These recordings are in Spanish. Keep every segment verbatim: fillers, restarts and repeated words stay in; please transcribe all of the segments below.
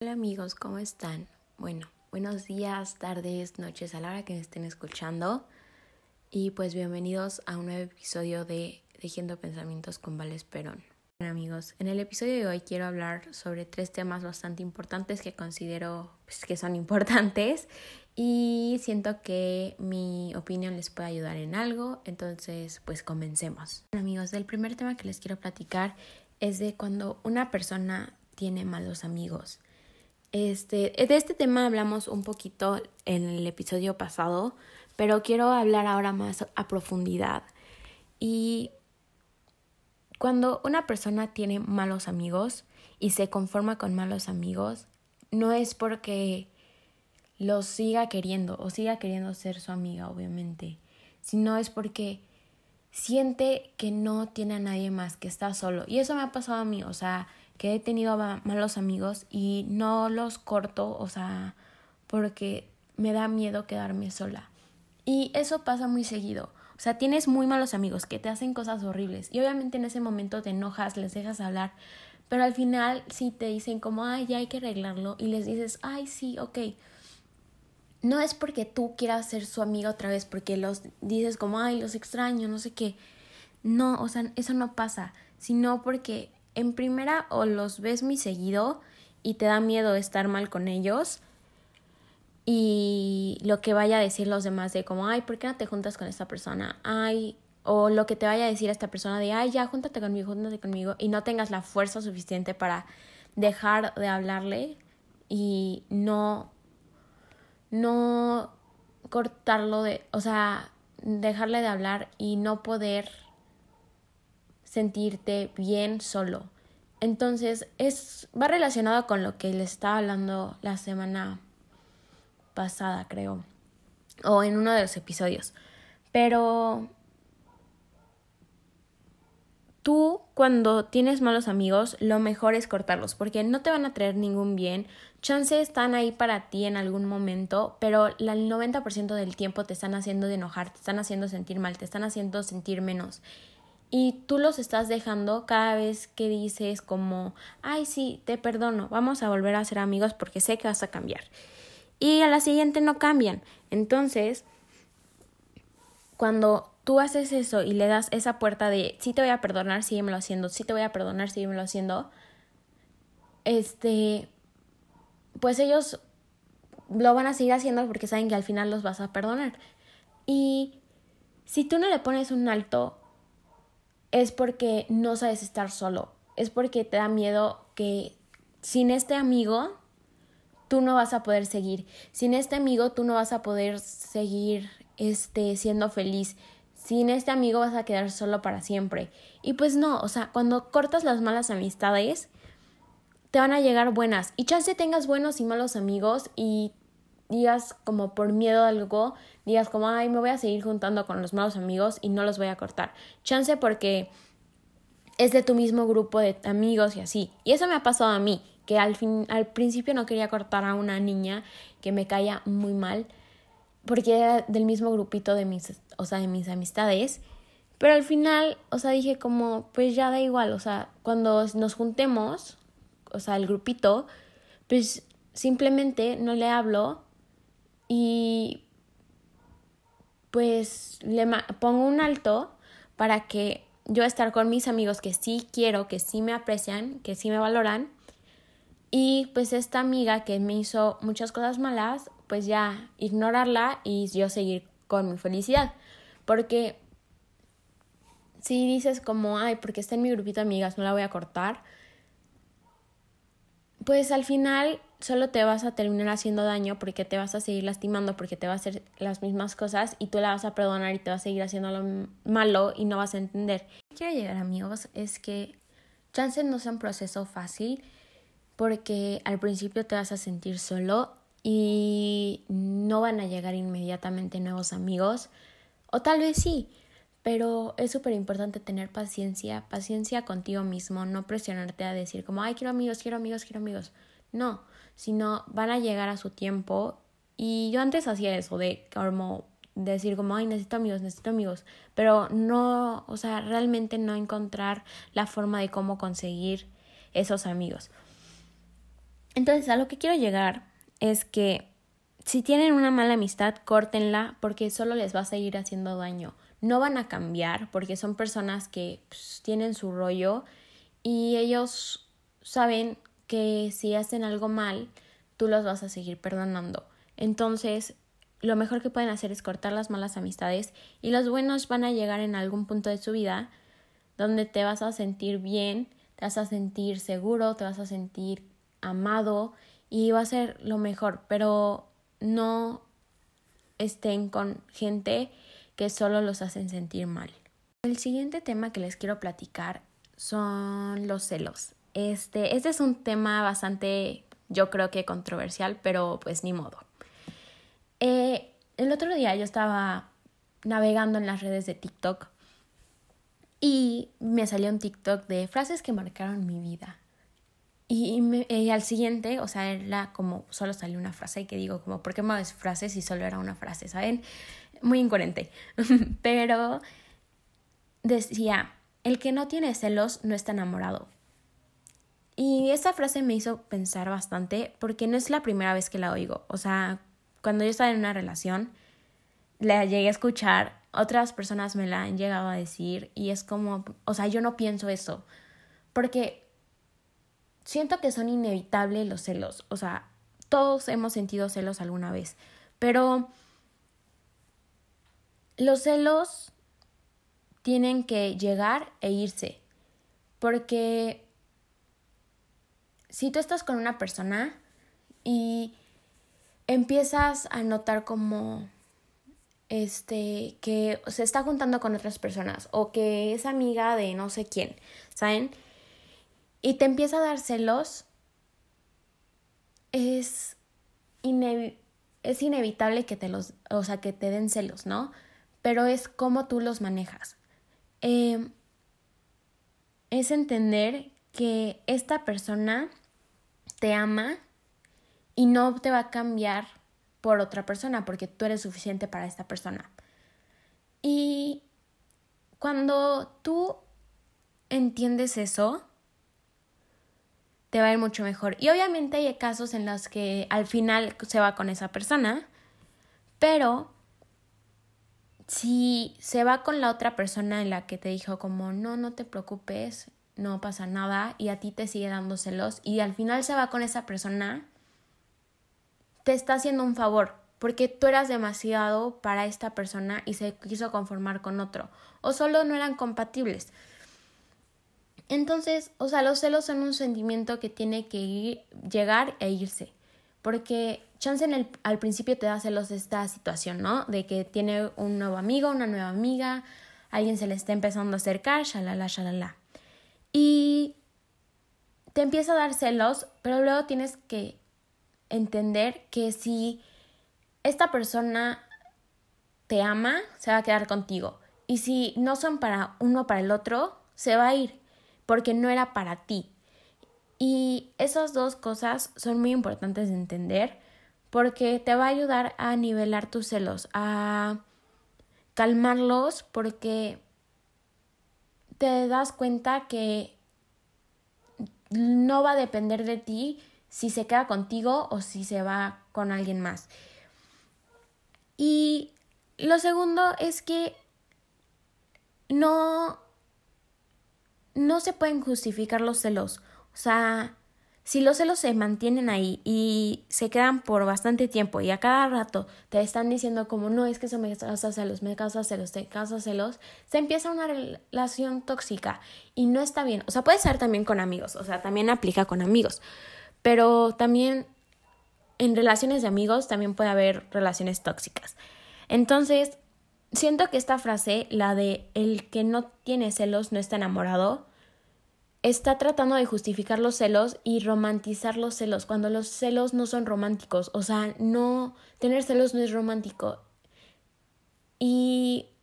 Hola amigos, ¿cómo están? Bueno, buenos días, tardes, noches a la hora que me estén escuchando. Y pues bienvenidos a un nuevo episodio de Tejiendo Pensamientos con Vale Esperón. Bueno amigos, en el episodio de hoy quiero hablar sobre tres temas bastante importantes que considero pues, que son importantes y siento que mi opinión les puede ayudar en algo, entonces pues comencemos. Bueno amigos, el primer tema que les quiero platicar es de cuando una persona tiene malos amigos. Este, de este tema hablamos un poquito en el episodio pasado, pero quiero hablar ahora más a profundidad. Y cuando una persona tiene malos amigos y se conforma con malos amigos, no es porque los siga queriendo o siga queriendo ser su amiga, obviamente, sino es porque siente que no tiene a nadie más, que está solo. Y eso me ha pasado a mí, o sea, que he tenido malos amigos y no los corto, o sea, porque me da miedo quedarme sola. Y eso pasa muy seguido. O sea, tienes muy malos amigos que te hacen cosas horribles y obviamente en ese momento te enojas, les dejas hablar, pero al final sí te dicen como, ay, ya hay que arreglarlo y les dices, ay, sí, ok. No es porque tú quieras ser su amiga otra vez, porque los dices como, ay, los extraño, no sé qué. No, o sea, eso no pasa, sino porque en primera o los ves muy seguido y te da miedo estar mal con ellos y lo que vaya a decir los demás de como, ay, ¿por qué no te juntas con esta persona? Ay, o lo que te vaya a decir esta persona de, ay, ya, júntate conmigo, júntate conmigo y no tengas la fuerza suficiente para dejar de hablarle y no, no cortarlo de, o sea, dejarle de hablar y no poder sentirte bien solo. Entonces, es va relacionado con lo que les estaba hablando la semana pasada, creo, o en uno de los episodios. Pero tú, cuando tienes malos amigos, lo mejor es cortarlos, porque no te van a traer ningún bien. Chance están ahí para ti en algún momento, pero el noventa por ciento del tiempo te están haciendo de enojar, te están haciendo sentir mal, te están haciendo sentir menos. Y tú los estás dejando cada vez que dices como, ay, sí, te perdono, vamos a volver a ser amigos porque sé que vas a cambiar. Y a la siguiente no cambian. Entonces, cuando tú haces eso y le das esa puerta de, sí te voy a perdonar, síguemelo haciendo, sí te voy a perdonar, síguemelo haciendo, este, pues ellos lo van a seguir haciendo porque saben que al final los vas a perdonar. Y si tú no le pones un alto, es porque no sabes estar solo. Es porque te da miedo que sin este amigo tú no vas a poder seguir. Sin este amigo tú no vas a poder seguir este, siendo feliz. Sin este amigo vas a quedar solo para siempre. Y pues no, o sea, cuando cortas las malas amistades, te van a llegar buenas. Y chance tengas buenos y malos amigos y digas como por miedo a algo, digas como, ay, me voy a seguir juntando con los malos amigos y no los voy a cortar. Chance porque es de tu mismo grupo de amigos y así. Y eso me ha pasado a mí, que al fin, al principio no quería cortar a una niña que me caía muy mal, porque era del mismo grupito de mis, o sea, de mis amistades. Pero al final, o sea, dije como, pues ya da igual, o sea, cuando nos juntemos, o sea, el grupito, pues simplemente no le hablo y pues le ma- pongo un alto para que yo estar con mis amigos que sí quiero, que sí me aprecian, que sí me valoran. Y pues esta amiga que me hizo muchas cosas malas, pues ya ignorarla y yo seguir con mi felicidad. Porque si dices como, ay, porque está en mi grupito de amigas, no la voy a cortar, pues al final solo te vas a terminar haciendo daño porque te vas a seguir lastimando, porque te va a hacer las mismas cosas y tú la vas a perdonar y te vas a seguir haciendo lo malo y no vas a entender. Lo que quiero llegar, amigos, es que chance no sea un proceso fácil porque al principio te vas a sentir solo y no van a llegar inmediatamente nuevos amigos, o tal vez sí, pero es súper importante tener paciencia, paciencia contigo mismo, no presionarte a decir como, ay, quiero amigos, quiero amigos, quiero amigos. No, sino van a llegar a su tiempo. Y yo antes hacía eso de como decir como, ay, necesito amigos, necesito amigos, pero no, o sea, realmente no encontrar la forma de cómo conseguir esos amigos. Entonces, a lo que quiero llegar es que si tienen una mala amistad, córtenla porque solo les va a seguir haciendo daño. No van a cambiar porque son personas que pues, tienen su rollo y ellos saben que si hacen algo mal, tú los vas a seguir perdonando. Entonces, lo mejor que pueden hacer es cortar las malas amistades y los buenos van a llegar en algún punto de su vida donde te vas a sentir bien, te vas a sentir seguro, te vas a sentir amado y va a ser lo mejor, pero no estén con gente que solo los hacen sentir mal. El siguiente tema que les quiero platicar son los celos. Este, este es un tema bastante, yo creo que controversial, pero pues ni modo. Eh, el otro día yo estaba navegando en las redes de TikTok y me salió un TikTok de frases que marcaron mi vida. Y, me, y al siguiente, o sea, era como, solo salió una frase y que digo, como, ¿por qué más frases si solo era una frase? ¿Saben? Muy incoherente. Pero decía, el que no tiene celos no está enamorado. Y esa frase me hizo pensar bastante porque no es la primera vez que la oigo. O sea, cuando yo estaba en una relación, la llegué a escuchar, otras personas me la han llegado a decir y es como, o sea, yo no pienso eso. Porque siento que son inevitables los celos. O sea, todos hemos sentido celos alguna vez. Pero los celos tienen que llegar e irse. Porque si tú estás con una persona y empiezas a notar como este que se está juntando con otras personas o que es amiga de no sé quién, ¿saben? Y te empieza a dar celos, es, inevi- es inevitable que te los, o sea, que te den celos, ¿no? Pero es cómo tú los manejas. Eh, es entender que esta persona te ama y no te va a cambiar por otra persona porque tú eres suficiente para esta persona. Y cuando tú entiendes eso, te va a ir mucho mejor. Y obviamente hay casos en los que al final se va con esa persona, pero si se va con la otra persona en la que te dijo como no, no te preocupes, no pasa nada y a ti te sigue dando celos y al final se va con esa persona, te está haciendo un favor porque tú eras demasiado para esta persona y se quiso conformar con otro o solo no eran compatibles. Entonces, o sea, los celos son un sentimiento que tiene que ir, llegar e irse. Porque chance en el, al principio te da celos esta situación, ¿no? De que tiene un nuevo amigo, una nueva amiga, alguien se le está empezando a acercar, shalala, shalala. Y te empieza a dar celos, pero luego tienes que entender que si esta persona te ama, se va a quedar contigo. Y si no son para uno para el otro, se va a ir, porque no era para ti. Y esas dos cosas son muy importantes de entender, porque te va a ayudar a nivelar tus celos, a calmarlos, porque te das cuenta que no va a depender de ti si se queda contigo o si se va con alguien más. Y lo segundo es que no, no se pueden justificar los celos. O sea, si los celos se mantienen ahí y se quedan por bastante tiempo y a cada rato te están diciendo como no, es que eso me causa celos, me causa celos, te causa celos, se empieza una relación tóxica y no está bien. O sea, puede ser también con amigos, o sea, también aplica con amigos, pero también en relaciones de amigos también puede haber relaciones tóxicas. Entonces, siento que esta frase, la de el que no tiene celos no está enamorado, está tratando de justificar los celos y romantizar los celos, cuando los celos no son románticos. O sea, no, tener celos no es romántico. Y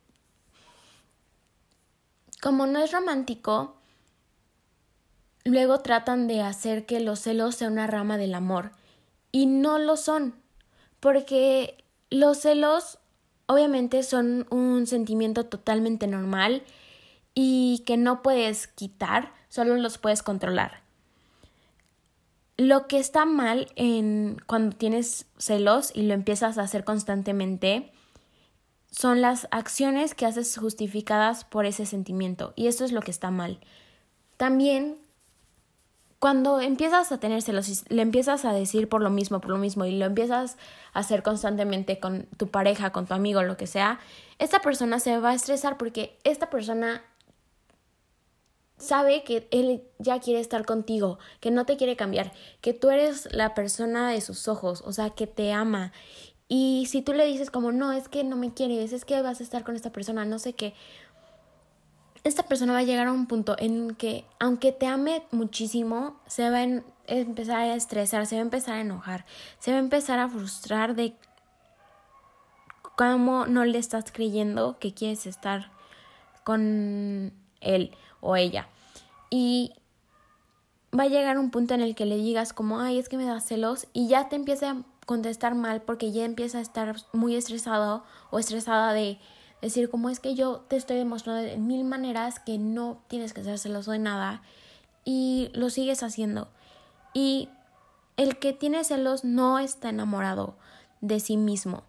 como no es romántico, luego tratan de hacer que los celos sean una rama del amor. Y no lo son, porque los celos obviamente son un sentimiento totalmente normal y que no puedes quitar, solo los puedes controlar. lo que está mal en cuando tienes celos y lo empiezas a hacer constantemente son las acciones que haces justificadas por ese sentimiento, y eso es lo que está mal. También cuando empiezas a tener celos y le empiezas a decir por lo mismo, por lo mismo, y lo empiezas a hacer constantemente con tu pareja, con tu amigo, lo que sea, esta persona se va a estresar porque esta persona sabe que él ya quiere estar contigo, que no te quiere cambiar, que tú eres la persona de sus ojos, o sea, que te ama. Y si tú le dices como, no, es que no me quieres, es que vas a estar con esta persona, no sé qué, esta persona va a llegar a un punto en que, aunque te ame muchísimo, se va a en- empezar a estresar, se va a empezar a enojar, se va a empezar a frustrar de cómo no le estás creyendo que quieres estar con él o ella. Y va a llegar un punto en el que le digas como, ay, es que me da celos, y ya te empieza a contestar mal porque ya empieza a estar muy estresado o estresada de decir como, es que yo te estoy demostrando de mil maneras que no tienes que ser celoso de nada, y lo sigues haciendo. Y el que tiene celos no está enamorado de sí mismo.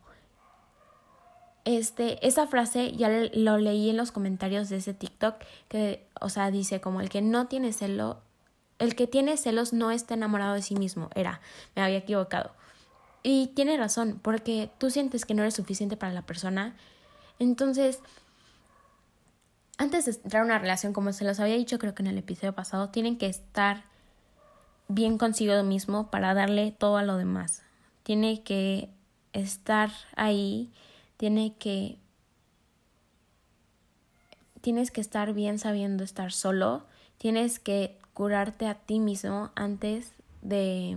Este, esa frase ya lo leí en los comentarios de ese TikTok, que, o sea, dice como el que no tiene celo, el que tiene celos no está enamorado de sí mismo. Era, me había equivocado. Y tiene razón, porque tú sientes que no eres suficiente para la persona. Entonces, antes de entrar a una relación, como se los había dicho creo que en el episodio pasado, tienen que estar bien consigo mismo para darle todo a lo demás. Tiene que estar ahí, tiene que tienes que estar bien sabiendo estar solo, tienes que curarte a ti mismo antes de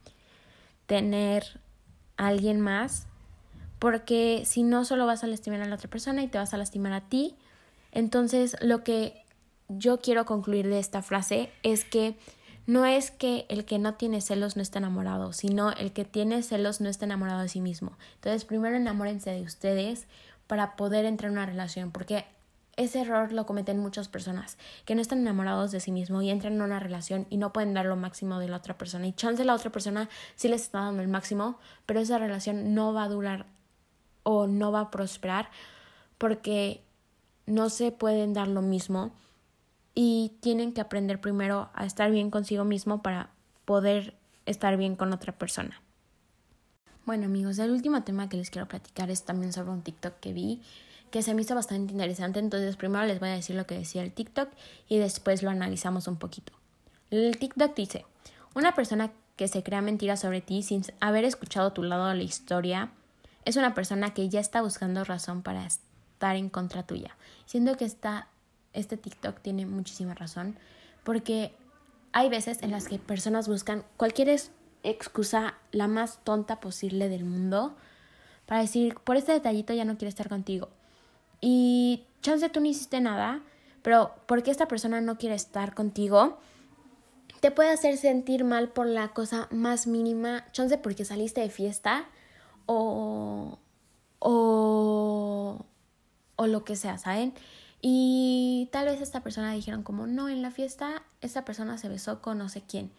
tener a alguien más, porque si no solo vas a lastimar a la otra persona y te vas a lastimar a ti. Entonces, lo que yo quiero concluir de esta frase es que no es que el que no tiene celos no está enamorado, sino el que tiene celos no está enamorado de sí mismo. Entonces, primero enamórense de ustedes para poder entrar en una relación, porque ese error lo cometen muchas personas, que no están enamorados de sí mismo y entran en una relación y no pueden dar lo máximo de la otra persona. Y chance la otra persona sí les está dando el máximo, pero esa relación no va a durar o no va a prosperar porque no se pueden dar lo mismo, y tienen que aprender primero a estar bien consigo mismo para poder estar bien con otra persona. Bueno, amigos, el último tema que les quiero platicar es también sobre un TikTok que vi que se me hizo bastante interesante. Entonces primero les voy a decir lo que decía el TikTok y después lo analizamos un poquito. El TikTok dice: una persona que se crea mentiras sobre ti sin haber escuchado tu lado de la historia es una persona que ya está buscando razón para estar en contra tuya. Siento que esta, este TikTok tiene muchísima razón, porque hay veces en las que personas buscan cualquier excusa, la más tonta posible del mundo, para decir, por este detallito ya no quiero estar contigo. Y chance tú no hiciste nada, pero porque esta persona no quiere estar contigo, te puede hacer sentir mal por la cosa más mínima, chance porque saliste de fiesta o, o, o lo que sea, ¿saben? Y tal vez esta persona dijeron como, no, en la fiesta esta persona se besó con no sé quién.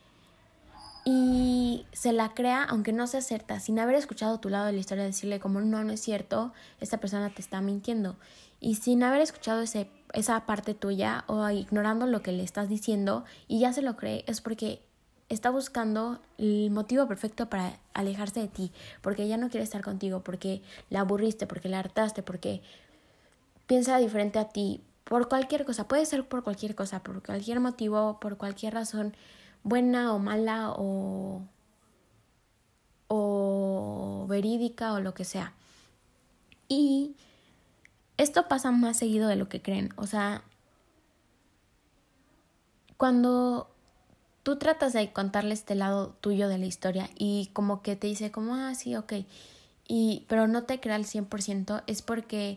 Y se la crea, aunque no sea cierta, sin haber escuchado tu lado de la historia, decirle como, no, no es cierto, esta persona te está mintiendo. Y sin haber escuchado ese, esa parte tuya o ignorando lo que le estás diciendo y ya se lo cree, es porque está buscando el motivo perfecto para alejarse de ti, porque ya no quiere estar contigo, porque la aburriste, porque la hartaste, porque piensa diferente a ti, por cualquier cosa. Puede ser por cualquier cosa, por cualquier motivo, por cualquier razón, buena o mala o, o verídica o lo que sea. Y esto pasa más seguido de lo que creen. O sea, cuando tú tratas de contarle este lado tuyo de la historia y como que te dice como, ah, sí, ok, y, pero no te cree al cien por ciento, es porque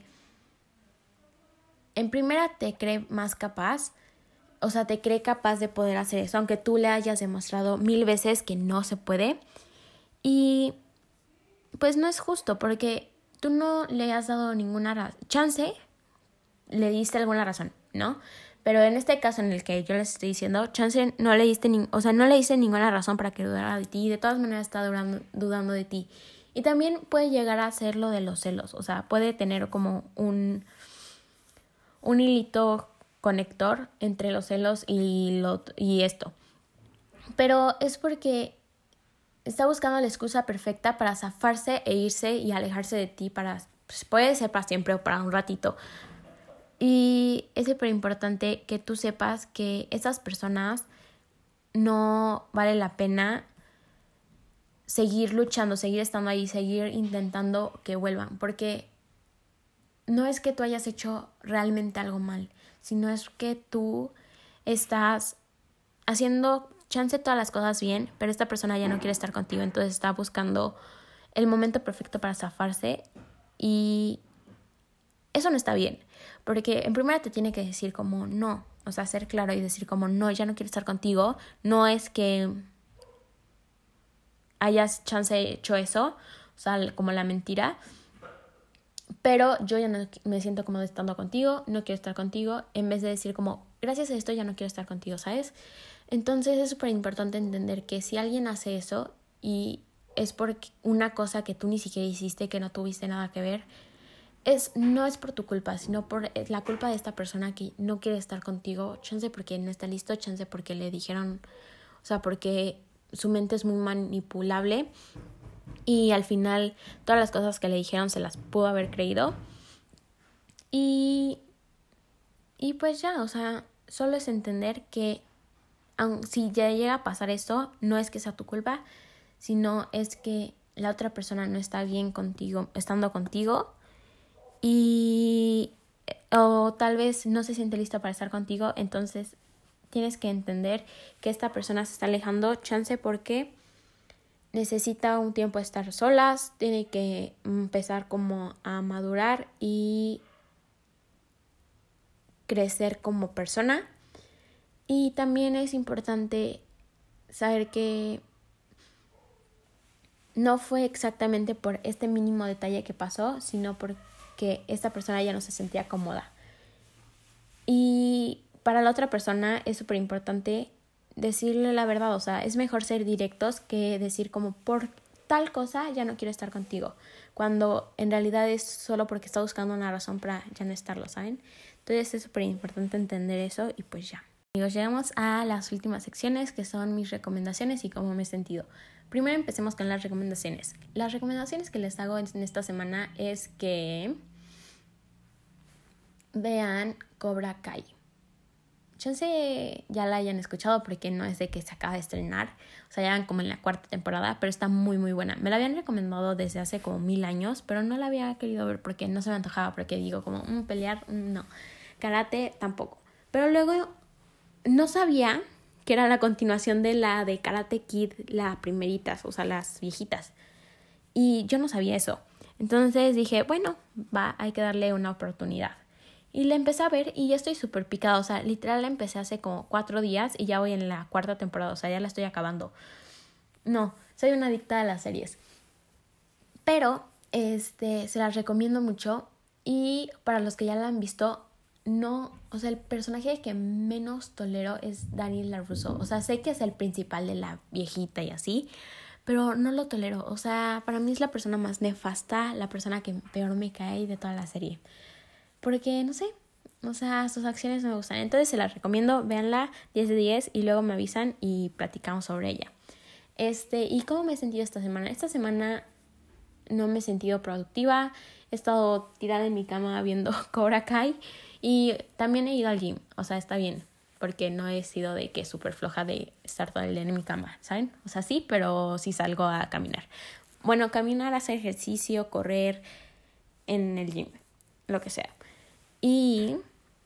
en primera te cree más capaz. O sea, te cree capaz de poder hacer eso, aunque tú le hayas demostrado mil veces que no se puede. Y pues no es justo, porque tú no le has dado ninguna razón. Chance, le diste alguna razón, ¿no? Pero en este caso en el que yo les estoy diciendo, chance no le diste ni, o sea, no le hice ninguna razón para que dudara de ti. De todas maneras está dudando, dudando de ti. Y también puede llegar a ser lo de los celos. O sea, puede tener como un, un hilito conector entre los celos y, lo, y esto. Pero es porque está buscando la excusa perfecta para zafarse e irse y alejarse de ti. Para, pues puede ser para siempre o para un ratito. Y es súper importante que tú sepas que esas personas no vale la pena seguir luchando, seguir estando ahí, seguir intentando que vuelvan. Porque no es que tú hayas hecho realmente algo mal, sino es que tú estás haciendo chance todas las cosas bien, pero esta persona ya no quiere estar contigo, entonces está buscando el momento perfecto para zafarse y eso no está bien, porque en primera te tiene que decir como no, o sea, ser claro y decir como no, ya no quiero estar contigo, no es que hayas chance hecho eso, o sea, como la mentira, pero yo ya no me siento cómoda estando contigo, no quiero estar contigo, en vez de decir como gracias a esto ya no quiero estar contigo, ¿sabes? Entonces es súper importante entender que si alguien hace eso y es por una cosa que tú ni siquiera hiciste, que no tuviste nada que ver, es, no es por tu culpa, sino por la culpa de esta persona que no quiere estar contigo, chance porque no está listo, chance porque le dijeron, o sea, porque su mente es muy manipulable y al final todas las cosas que le dijeron se las pudo haber creído y, y pues ya, o sea, solo es entender que aun, si ya llega a pasar esto, no es que sea tu culpa, sino es que la otra persona no está bien contigo, estando contigo y o tal vez no se siente lista para estar contigo, entonces tienes que entender que esta persona se está alejando, chance porque necesita un tiempo de estar solas, tiene que empezar como a madurar y crecer como persona. Y también es importante saber que no fue exactamente por este mínimo detalle que pasó, sino porque esta persona ya no se sentía cómoda. Y para la otra persona es súper importante decirle la verdad, o sea, es mejor ser directos que decir como por tal cosa ya no quiero estar contigo, cuando en realidad es solo porque está buscando una razón para ya no estarlo, ¿saben? Entonces es súper importante entender eso y pues ya. Amigos, llegamos a las últimas secciones que son mis recomendaciones y cómo me he sentido. Primero empecemos con las recomendaciones. Las recomendaciones que les hago en esta semana es que vean Cobra Kai. Chance ya la hayan escuchado porque no es de que se acaba de estrenar, o sea, ya van como en la cuarta temporada, pero está muy muy buena. Me la habían recomendado desde hace como mil años, pero no la había querido ver porque no se me antojaba, porque digo como, mmm, pelear, mm, no, karate tampoco. Pero luego no sabía que era la continuación de la de Karate Kid, las primeritas, o sea, las viejitas. Y yo no sabía eso. Entonces dije, bueno, va, hay que darle una oportunidad. Y la empecé a ver y ya estoy súper picada. O sea, literal la empecé hace como cuatro días y ya voy en la cuarta temporada. O sea, ya la estoy acabando. No, soy una adicta a las series. Pero, este, se las recomiendo mucho. Y para los que ya la han visto, no, o sea, el personaje que menos tolero es Daniel LaRusso. O sea, sé que es el principal de la viejita y así, pero no lo tolero. O sea, para mí es la persona más nefasta, la persona que peor me cae de toda la serie. Porque, no sé, o sea, sus acciones no me gustan. Entonces se las recomiendo, véanla diez de diez y luego me avisan y platicamos sobre ella. Este, ¿y cómo me he sentido esta semana? Esta semana no me he sentido productiva. He estado tirada en mi cama viendo Cobra Kai y también he ido al gym. O sea, está bien, porque no he sido de que súper floja de estar todo el día en mi cama, ¿saben? O sea, sí, pero sí salgo a caminar. Bueno, caminar, hacer ejercicio, correr en el gym, lo que sea. Y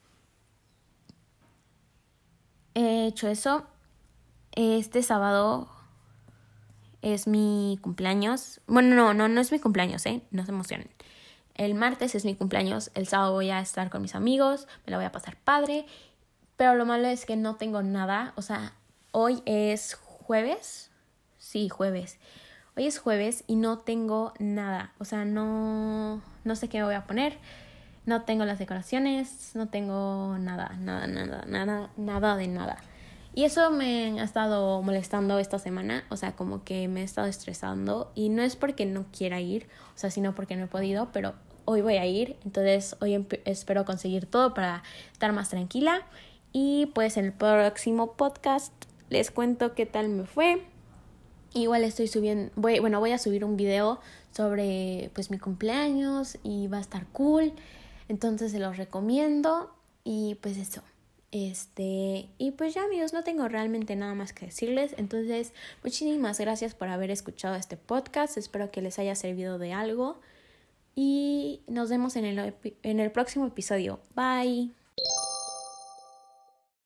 he hecho eso. Este sábado es mi cumpleaños. Bueno, no, no, no es mi cumpleaños, ¿eh? No se emocionen. El martes es mi cumpleaños. El sábado voy a estar con mis amigos. Me la voy a pasar padre. Pero lo malo es que no tengo nada. O sea, hoy es jueves. Sí, jueves. Hoy es jueves y no tengo nada. O sea, no, no sé qué me voy a poner. no tengo las decoraciones, no tengo nada, nada, nada, nada, nada de nada. Y eso me ha estado molestando esta semana, o sea, como que me he estado estresando y no es porque no quiera ir, o sea, sino porque no he podido, pero hoy voy a ir, entonces hoy emp- espero conseguir todo para estar más tranquila y pues en el próximo podcast les cuento qué tal me fue. Igual estoy subiendo, voy, bueno, voy a subir un video sobre pues mi cumpleaños y va a estar cool, entonces se los recomiendo y pues eso. Este, y pues ya amigos, no tengo realmente nada más que decirles, entonces muchísimas gracias por haber escuchado este podcast, espero que les haya servido de algo y nos vemos en el, en el próximo episodio. Bye.